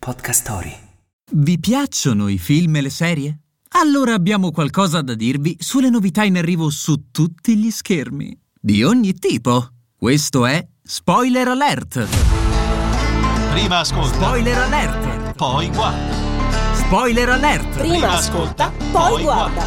Podcast Story. Vi piacciono i film e le serie? Allora abbiamo qualcosa da dirvi sulle novità in arrivo su tutti gli schermi. Di ogni tipo. Questo è Spoiler Alert! Prima ascolta, Spoiler Alert! poi guarda. Spoiler Alert! Prima ascolta, poi guarda.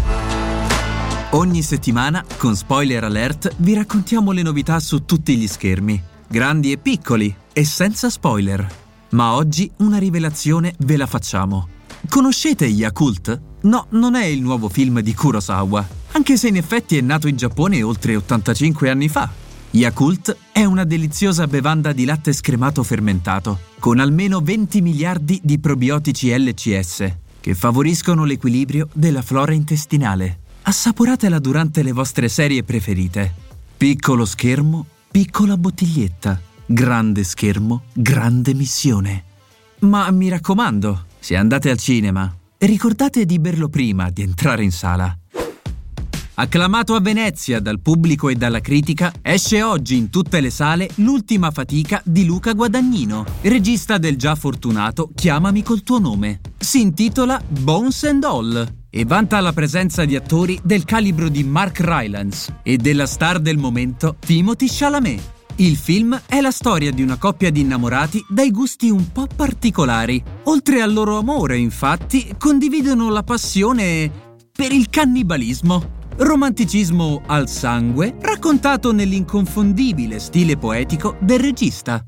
Ogni settimana, con Spoiler Alert, vi raccontiamo le novità su tutti gli schermi, grandi e piccoli, e senza spoiler. Ma oggi una rivelazione ve la facciamo. Conoscete Yakult? No, non è il nuovo film di Kurosawa, anche se in effetti è nato in Giappone oltre 85 anni fa. Yakult è una deliziosa bevanda di latte scremato fermentato, con almeno 20 miliardi di probiotici LCS, che favoriscono l'equilibrio della flora intestinale. Assaporatela durante le vostre serie preferite. Piccolo schermo, piccola bottiglietta. Grande schermo, grande missione. Ma mi raccomando, se andate al cinema, ricordate di berlo prima di entrare in sala. Acclamato a Venezia dal pubblico e dalla critica, esce oggi in tutte le sale L'ultima fatica di Luca Guadagnino, regista del già fortunato Chiamami col tuo nome. Si intitola Bones and All e vanta la presenza di attori del calibro di Mark Rylance e della star del momento Timothée Chalamet. Il film è la storia di una coppia di innamorati dai gusti un po' particolari. Oltre al loro amore, infatti, condividono la passione per il cannibalismo. Romanticismo al sangue, raccontato nell'inconfondibile stile poetico del regista.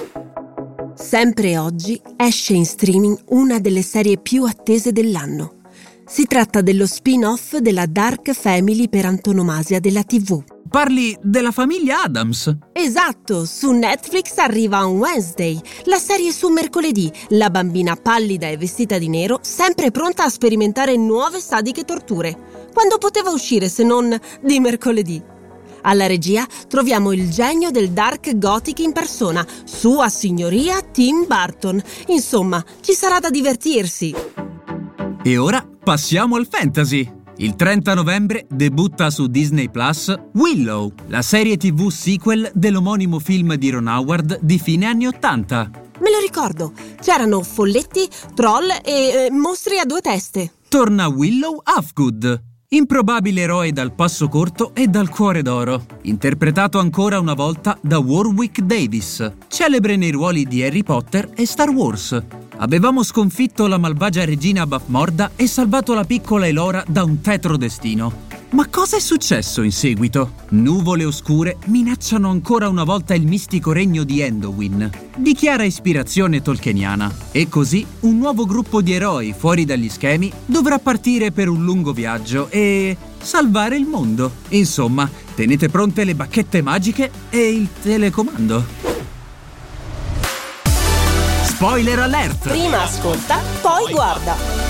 Sempre oggi esce in streaming una delle serie più attese dell'anno. Si tratta dello spin-off della Dark Family per antonomasia della TV. Parli della famiglia Addams? Esatto, su Netflix arriva on Wednesday, la serie su mercoledì, la bambina pallida e vestita di nero, sempre pronta a sperimentare nuove sadiche torture. Quando poteva uscire se non di mercoledì? Alla regia troviamo il genio del dark gothic in persona, Sua Signoria Tim Burton. Insomma, ci sarà da divertirsi. E ora passiamo al fantasy. Il 30 novembre debutta su Disney Plus Willow, la serie TV sequel dell'omonimo film di Ron Howard di fine anni '80. Me lo ricordo, c'erano folletti, troll e mostri a due teste. Torna Willow Hafgood, improbabile eroe dal passo corto e dal cuore d'oro, interpretato ancora una volta da Warwick Davis, celebre nei ruoli di Harry Potter e Star Wars. Avevamo sconfitto la malvagia regina Bafmorda e salvato la piccola Elora da un tetro destino. Ma cosa è successo in seguito? Nuvole oscure minacciano ancora una volta il mistico regno di Endowin, di chiara ispirazione tolkieniana. E così un nuovo gruppo di eroi fuori dagli schemi dovrà partire per un lungo viaggio e salvare il mondo. Insomma, tenete pronte le bacchette magiche e il telecomando. Spoiler Alert! Prima ascolta, poi guarda.